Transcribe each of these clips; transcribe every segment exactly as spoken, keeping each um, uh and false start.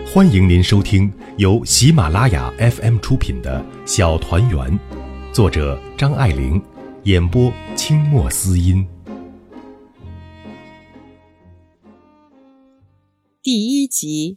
欢迎您收听由喜马拉雅 F M 出品的《小团圆》，作者张爱玲，演播清墨思音。 第一集。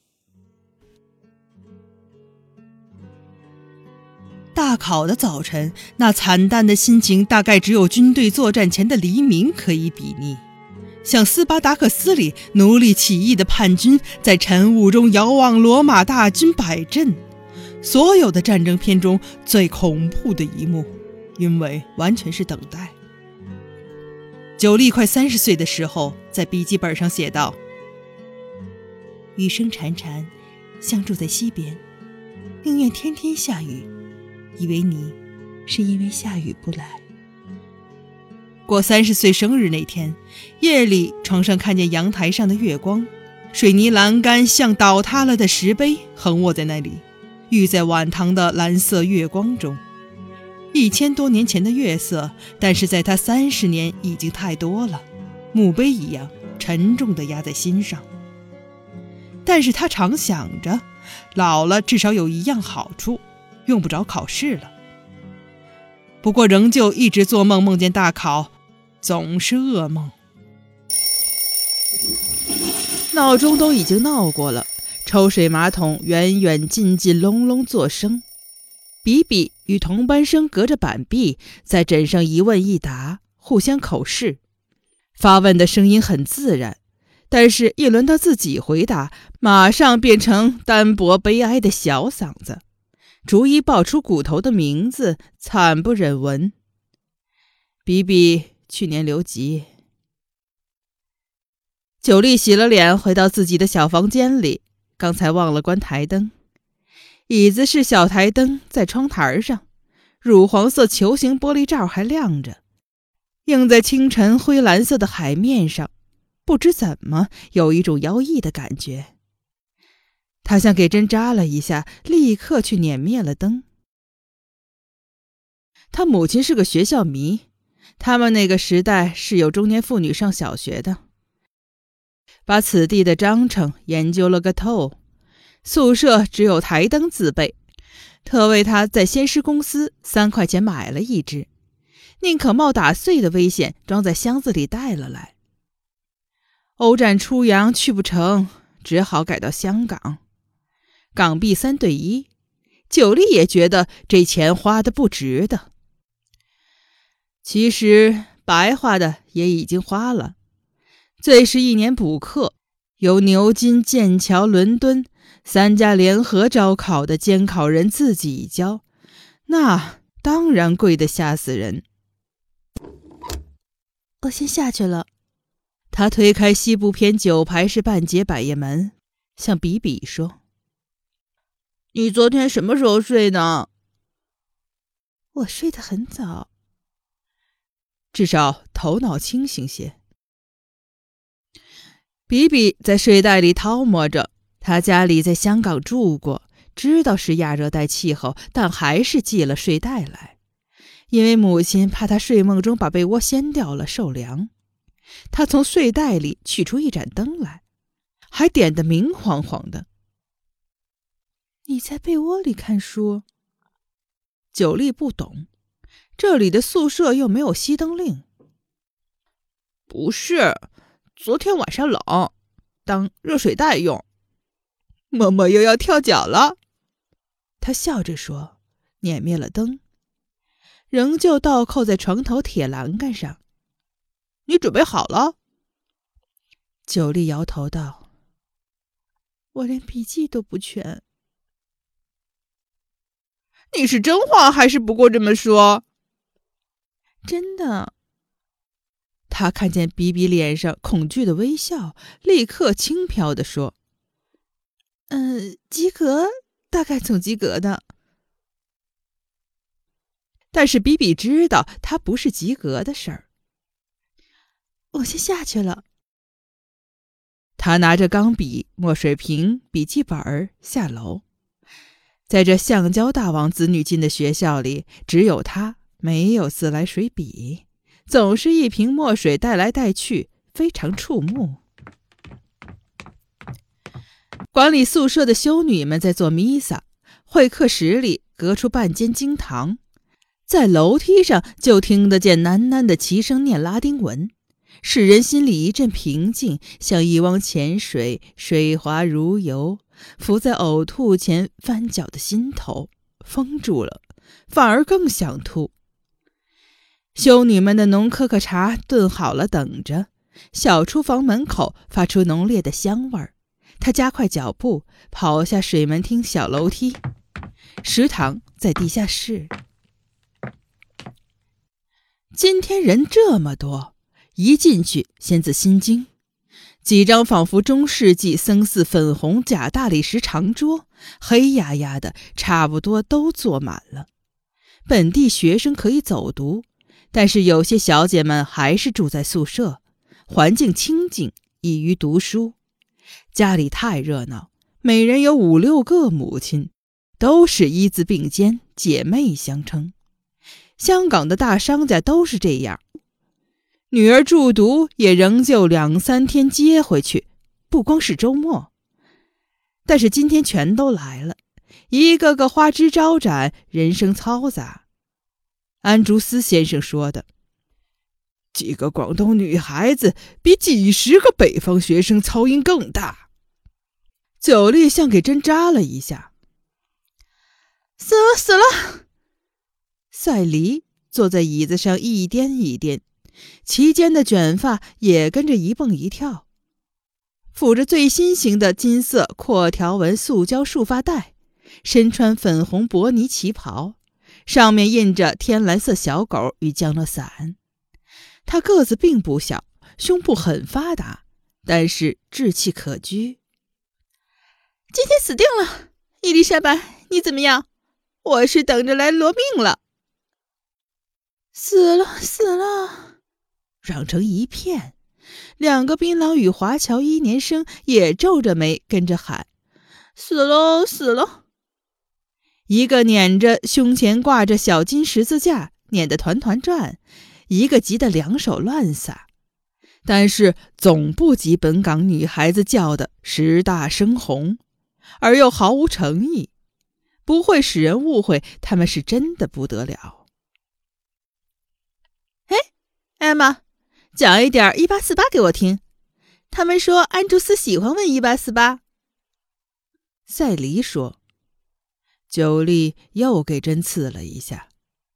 大考的早晨，那惨淡的心情大概只有军队作战前的黎明可以比拟。像斯巴达克斯里奴隶起义的叛军在晨雾中遥望罗马大军摆阵，所有的战争片中最恐怖的一幕，因为完全是等待。久利快三十岁的时候，在笔记本上写道：雨声潺潺，相住在西边，宁愿天天下雨，以为你是因为下雨不来。过三十岁生日那天，夜里床上看见阳台上的月光，水泥栏杆像倒塌了的石碑横卧在那里，浴在晚堂的蓝色月光中。一千多年前的月色，但是在他三十年已经太多了，墓碑一样沉重地压在心上。但是他常想着，老了至少有一样好处，用不着考试了。不过仍旧一直做梦，梦见大考，总是噩梦。闹钟都已经闹过了，抽水马桶远远近近隆隆作声。比比与同班生隔着板壁在枕上一问一答，互相口试。发问的声音很自然，但是一轮到自己回答，马上变成单薄悲哀的小嗓子，逐一报出骨头的名字，惨不忍闻。比比去年留级。久利洗了脸，回到自己的小房间里，刚才忘了关台灯。椅子是小台灯，在窗台上，乳黄色球形玻璃罩还亮着，映在清晨灰蓝色的海面上，不知怎么有一种妖异的感觉。他像给针扎了一下，立刻去捻灭了灯。他母亲是个学校迷，他们那个时代是有中年妇女上小学的，把此地的章程研究了个透。宿舍只有台灯自备，特为他在先施公司三块钱买了一只，宁可冒打碎的危险，装在箱子里带了来。欧战出洋去不成，只好改到香港。港币三对一，久利也觉得这钱花得不值得。其实白花的也已经花了，最是一年补课，由牛津、剑桥、伦敦三家联合招考的监考人自己交，那当然贵得吓死人。我先下去了。他推开西部偏九排式半截百叶门，向比比说：你昨天什么时候睡的？我睡得很早，至少头脑清醒些。比比在睡袋里掏摸着，他家里在香港住过，知道是亚热带气候，但还是寄了睡袋来，因为母亲怕他睡梦中把被窝掀掉了受凉。他从睡袋里取出一盏灯来，还点得明晃晃的。你在被窝里看书？久利不懂，这里的宿舍又没有熄灯令。不是，昨天晚上冷，当热水袋用。默默又要跳脚了，他笑着说，捻灭了灯，仍旧倒扣在床头铁栏杆上。你准备好了？久利摇头道：我连笔记都不全。你是真话还是不过这么说？真的。他看见比比脸上恐惧的微笑，立刻轻飘地说：嗯，及格，大概总及格的。但是比比知道他不是及格的事儿。我先下去了。他拿着钢笔、墨水瓶、笔记本下楼。在这橡胶大王子女进的学校里，只有他没有自来水笔，总是一瓶墨水带来带去，非常触目。 管理宿舍的修女们在做弥撒，会客室里隔出半间经堂，在楼梯上就听得见喃喃的齐声念拉丁文，使人心里一阵平静，像一汪浅水，水滑如油，浮在呕吐前翻搅的心头，封住了，反而更想吐。修女们的浓可可茶炖好了等着，小厨房门口发出浓烈的香味儿。他加快脚步，跑下水门厅小楼梯。食堂在地下室。今天人这么多，一进去先自心惊。几张仿佛中世纪僧寺粉红假大理石长桌，黑压压的，差不多都坐满了。本地学生可以走读，但是有些小姐们还是住在宿舍，环境清静，易于读书。家里太热闹，每人有五六个母亲，都是一字并肩，姐妹相称。香港的大商家都是这样，女儿住读也仍旧两三天接回去，不光是周末。但是今天全都来了，一个个花枝招展，人声嘈杂。安竹斯先生说的，几个广东女孩子比几十个北方学生噪音更大。九莉像给针扎了一下。死了死了！赛黎坐在椅子上一颠一颠，齐肩的卷发也跟着一蹦一跳，抚着最新型的金色阔条纹塑胶束发带，身穿粉红薄呢旗袍，上面印着天蓝色小狗与降落伞。他个子并不小，胸部很发达，但是志气可掬。今天死定了，伊丽莎白，你怎么样？我是等着来罗命了。死了死了，嚷成一片。两个槟榔与华侨一年生也皱着眉跟着喊，死喽死喽。一个撵着胸前挂着小金十字架，撵得团团转，一个急得两手乱撒，但是总不及本港女孩子叫的时大声红，而又毫无诚意，不会使人误会他们是真的不得了。哎，艾玛，讲一点一八四八给我听。他们说安竹斯喜欢问一八四八。赛黎说。九莉又给针刺了一下。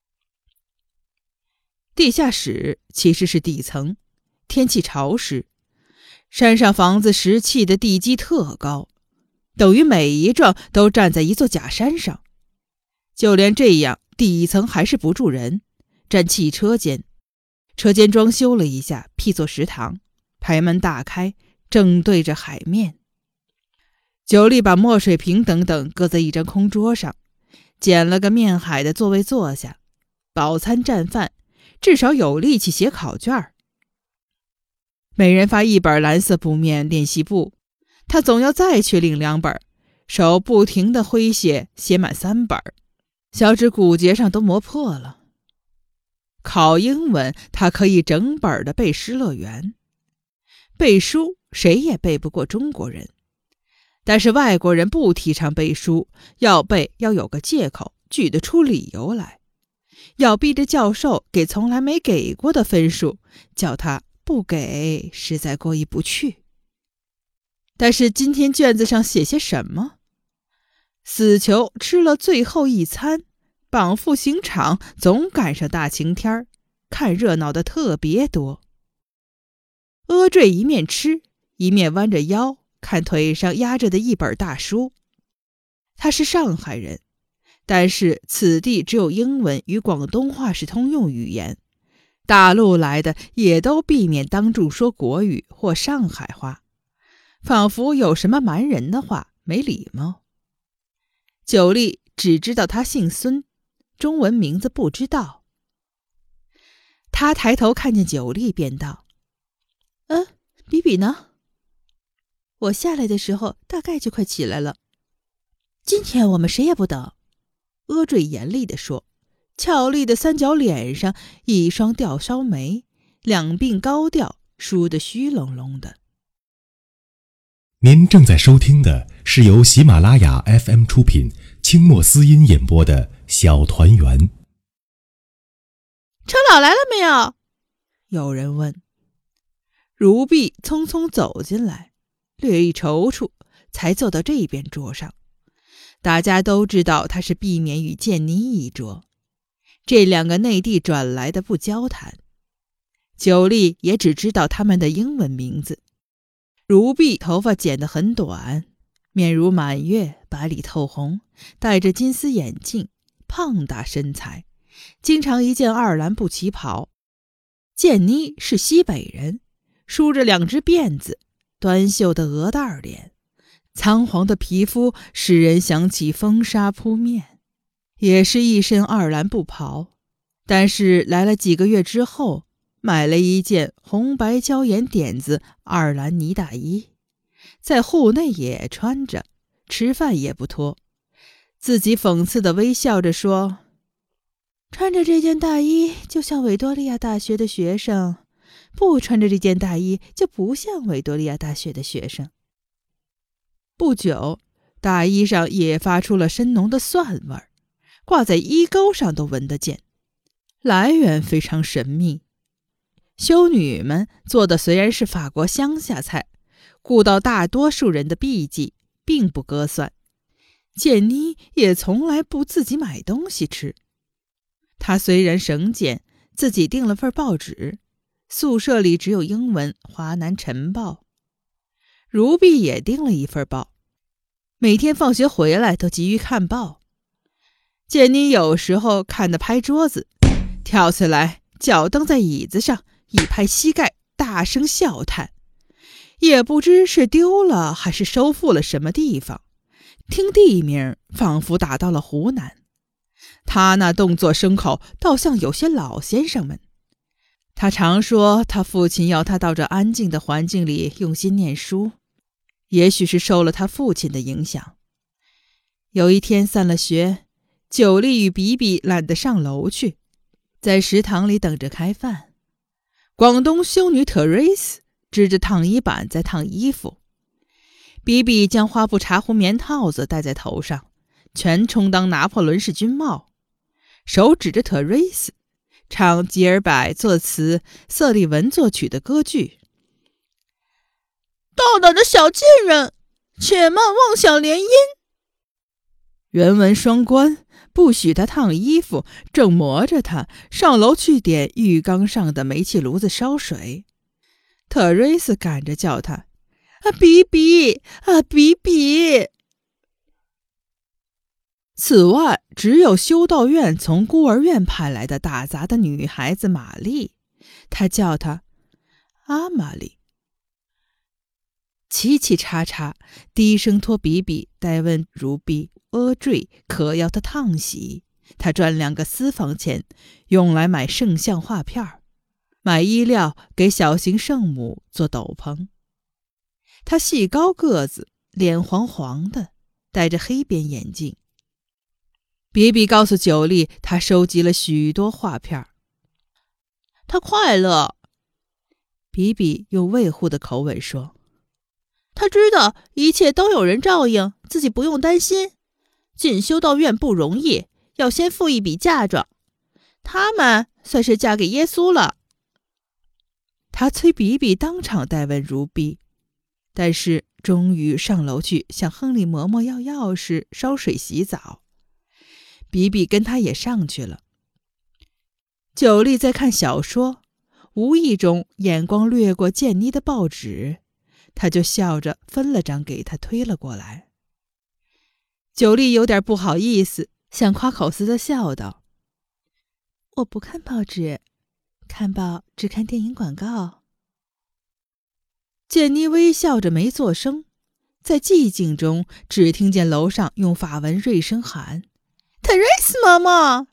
地下室其实是底层，天气潮湿，山上房子石砌的地基特高，等于每一幢都站在一座假山上。就连这样，底层还是不住人，占汽车间。车间装修了一下，辟作食堂，排门大开，正对着海面。九莉把墨水瓶等等搁在一张空桌上，捡了个面海的座位坐下，饱餐蘸饭，至少有力气写考卷。每人发一本蓝色布面练习簿，他总要再去领两本，手不停地挥写，写满三本，小指骨节上都磨破了。考英文，他可以整本的背《失乐园》。背书谁也背不过中国人，但是外国人不提倡背书，要背要有个借口，举得出理由来，要逼着教授给从来没给过的分数，叫他不给实在过意不去。但是今天卷子上写些什么？死囚吃了最后一餐，绑赴刑场，总赶上大晴天，看热闹的特别多。阿坠一面吃，一面弯着腰看腿上压着的一本大书。他是上海人，但是此地只有英文与广东话是通用语言，大陆来的也都避免当众说国语或上海话，仿佛有什么瞒人的话，没礼貌。九莉只知道他姓孙，中文名字不知道。他抬头看见九莉便道，嗯，比比呢？我下来的时候大概就快起来了。今天我们谁也不等。阿坠严厉地说，俏丽的三角脸上一双吊梢眉，两鬓高调，梳得虚隆隆的。 您正在收听的是由喜马拉雅 F M 出品，清墨思音演播的小团圆。 程老来了没有？有人问。如碧匆匆走进来，略一踌躇，才坐到这边桌上。大家都知道他是避免与建妮一桌，这两个内地转来的不交谈。九莉也只知道他们的英文名字。如碧头发剪得很短，面如满月，白里透红，戴着金丝眼镜，胖大身材，经常一件爱尔兰布旗袍。建妮是西北人，梳着两只辫子，端秀的鹅蛋脸，苍黄的皮肤使人想起风沙扑面，也是一身爱尔兰布袍，但是来了几个月之后，买了一件红白椒眼点子爱尔兰呢大衣，在户内也穿着，吃饭也不脱，自己讽刺地微笑着说，穿着这件大衣就像维多利亚大学的学生，不穿着这件大衣就不像维多利亚大学的学生。不久，大衣上也发出了深浓的蒜味儿，挂在衣钩上都闻得见，来源非常神秘。修女们做的虽然是法国乡下菜，顾到大多数人的避忌，并不割蒜。建妮也从来不自己买东西吃。她虽然省俭，自己订了份报纸，宿舍里只有英文《华南晨报》。如碧也订了一份报，每天放学回来都急于看报。建妮有时候看得拍桌子，跳起来脚蹬在椅子上，一拍膝盖，大声笑叹，也不知是丢了还是收复了什么地方，听地名仿佛打到了湖南。他那动作声口倒像有些老先生们。他常说他父亲要他到这安静的环境里用心念书，也许是受了他父亲的影响。有一天散了学，九莉与比比懒得上楼去，在食堂里等着开饭。广东修女特瑞斯支着烫衣板在烫衣服，比比将花布茶壶棉套子戴在头上，全充当拿破仑式军帽，手指着特瑞斯唱吉尔柏作词瑟利文作曲的歌剧。大胆的小贱人，且慢妄想联姻。原文双关，不许他烫衣服，正磨着他上楼去点浴缸上的煤气炉子烧水。特瑞斯赶着叫他，啊比比，啊比比。此外，只有修道院从孤儿院派来的打杂的女孩子玛丽，他叫她阿玛丽。嘁嘁喳喳，低声托比比代问如碧阿坠可要他烫洗，他赚两个私房钱，用来买圣像画片，买衣料给小型圣母做斗篷。他细高个子，脸黄黄的，戴着黑边眼镜。比比告诉九莉，他收集了许多画片。他快乐。比比用卫护的口吻说，他知道一切都有人照应，自己不用担心。进修道院不容易，要先付一笔嫁妆，他们算是嫁给耶稣了。他催比比当场代问如碧，但是终于上楼去向亨利嬷嬷要钥匙，烧水洗澡。比比跟他也上去了。九莉在看小说，无意中眼光掠过建妮的报纸，他就笑着分了张给他推了过来。九莉有点不好意思，像夸口似的笑道，我不看报纸，看报只看电影广告。建妮微笑着没作声，在寂静中只听见楼上用法文锐声喊，特瑞斯妈妈。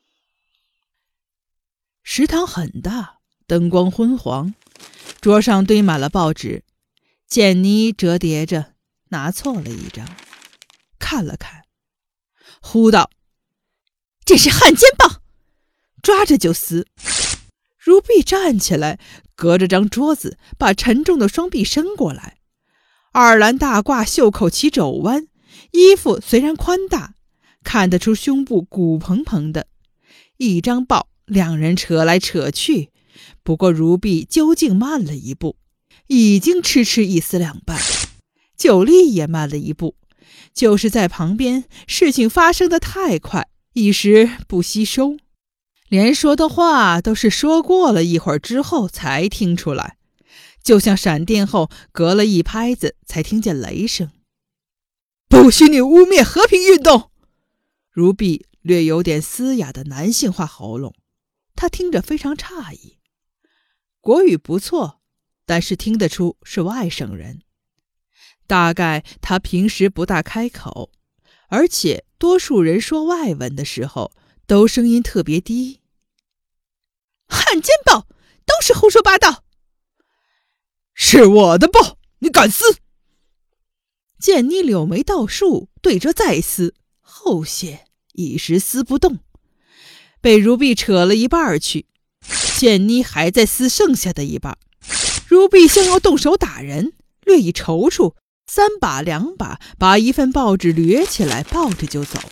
食堂很大，灯光昏黄，桌上堆满了报纸。简妮折叠着拿错了一张，看了看，呼道，这是汉奸报，抓着就撕。如碧站起来，隔着张桌子把沉重的双臂伸过来， 二蓝大褂，袖口齐肘弯，衣服虽然宽大，看得出胸部鼓蓬蓬的。一张抱，两人扯来扯去，不过如碧究竟慢了一步，已经痴痴一丝两半。九莉也慢了一步，就是在旁边，事情发生得太快，一时不吸收，连说的话都是说过了一会儿之后才听出来，就像闪电后隔了一拍子才听见雷声。不许你污蔑和平运动！如碧略有点嘶哑的男性化喉咙，他听着非常诧异。国语不错，但是听得出是外省人。大概他平时不大开口，而且多数人说外文的时候都声音特别低。汉奸报，都是胡说八道！是我的报，你敢撕？见你柳眉倒竖，对着再撕，后些一时撕不动，被如碧扯了一半去。见你还在撕剩下的一半，如碧像要动手打人，略一踌躇，三把两把把一份报纸掠起来，抱着就走。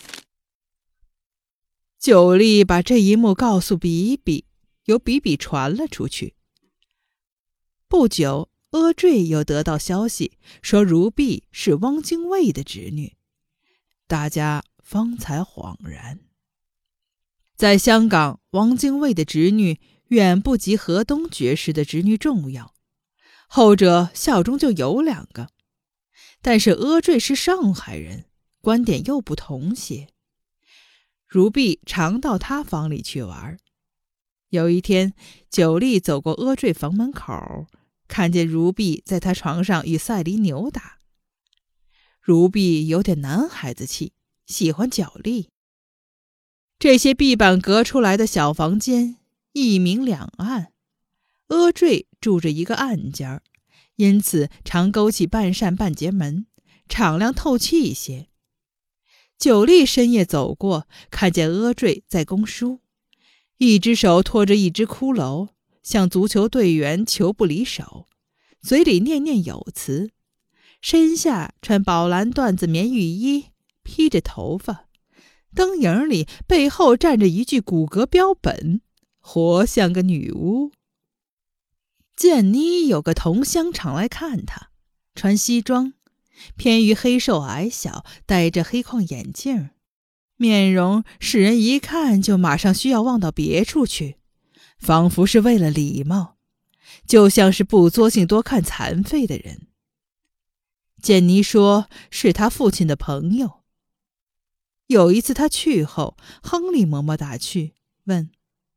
九莉把这一幕告诉比比，由比比传了出去。不久，阿坠又得到消息，说如碧是汪精卫的侄女，大家方才恍然。在香港，汪精卫的侄女远不及河东爵士的侄女重要，后者校中就有两个。但是阿坠是上海人，观点又不同些。如碧常到他房里去玩。有一天，九莉走过阿坠房门口，看见如碧在他床上与赛琳扭打。如碧有点男孩子气，喜欢角力。这些壁板隔出来的小房间，一明两暗。阿坠住着一个暗间，因此常勾起半扇半截门，敞亮透气一些。九莉深夜走过，看见阿坠在供书，一只手托着一只骷髅，像足球队员球不离手，嘴里念念有词，身下穿宝蓝缎子棉浴衣，披着头发，灯影里背后站着一具骨骼标本，活像个女巫。见妮有个同乡常来看她，穿西装，偏于黑瘦矮小，戴着黑框眼镜，面容使人一看就马上需要望到别处去，仿佛是为了礼貌，就像是不作兴多看残废的人。简妮说是他父亲的朋友。有一次他去后，亨利嬷嬷打去，问：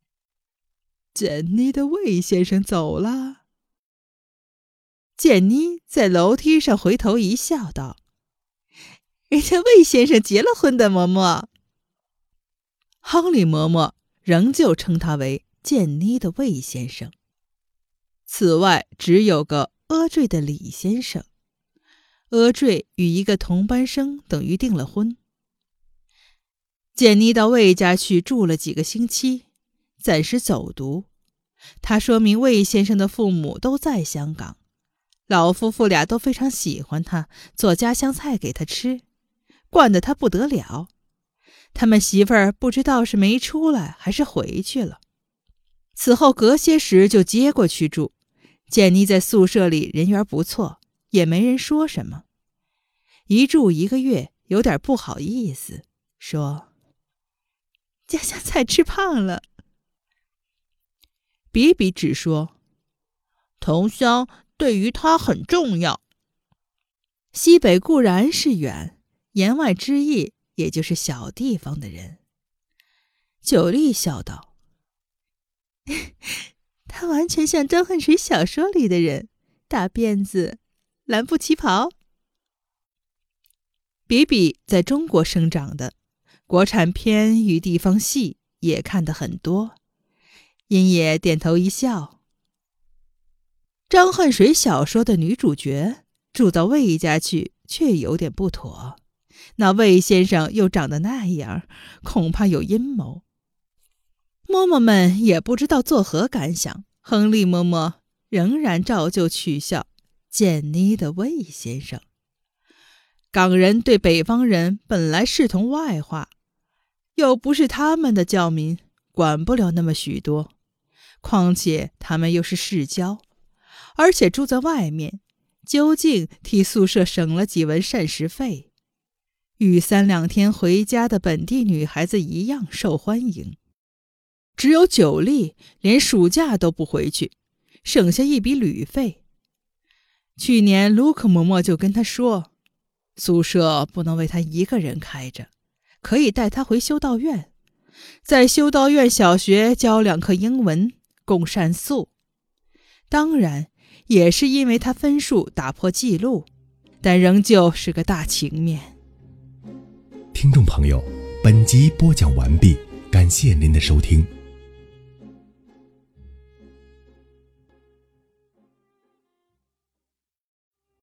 简妮的魏先生走了？简妮在楼梯上回头一笑，道：人家魏先生结了婚的，嬷嬷。亨利嬷嬷仍旧称他为简妮的魏先生。此外，只有个阿坠的李先生。阿坠与一个同班生等于订了婚。简妮到魏家去住了几个星期，暂时走读。他说明魏先生的父母都在香港，老夫妇俩都非常喜欢他，做家乡菜给他吃，惯得他不得了。他们媳妇儿不知道是没出来还是回去了。此后隔些时就接过去住，简妮在宿舍里人缘不错，也没人说什么。一住一个月，有点不好意思，说家乡菜吃胖了。比比只说同乡对于他很重要。西北固然是远，言外之意也就是小地方的人。九莉笑道：他完全像张恨水小说里的人，大辫子，蓝布旗袍。比比在中国生长的，国产片与地方戏也看得很多，因也点头一笑。张恨水小说的女主角住到魏家去，却有点不妥。那魏先生又长得那样，恐怕有阴谋。嬷嬷们也不知道作何感想，亨利嬷嬷仍然照旧取笑， 简妮的魏先生。港人对北方人本来视同外化，又不是他们的教民，管不了那么许多。况且他们又是世交，而且住在外面，究竟替宿舍省了几文膳食费，与三两天回家的本地女孩子一样受欢迎。只有九莉连暑假都不回去，省下一笔旅费。去年卢克嬷嬷就跟他说，宿舍不能为他一个人开着，可以带他回修道院，在修道院小学教两课英文，供膳宿。当然也是因为他分数打破记录，但仍旧是个大情面。 听众朋友，本集播讲完毕，感谢您的收听。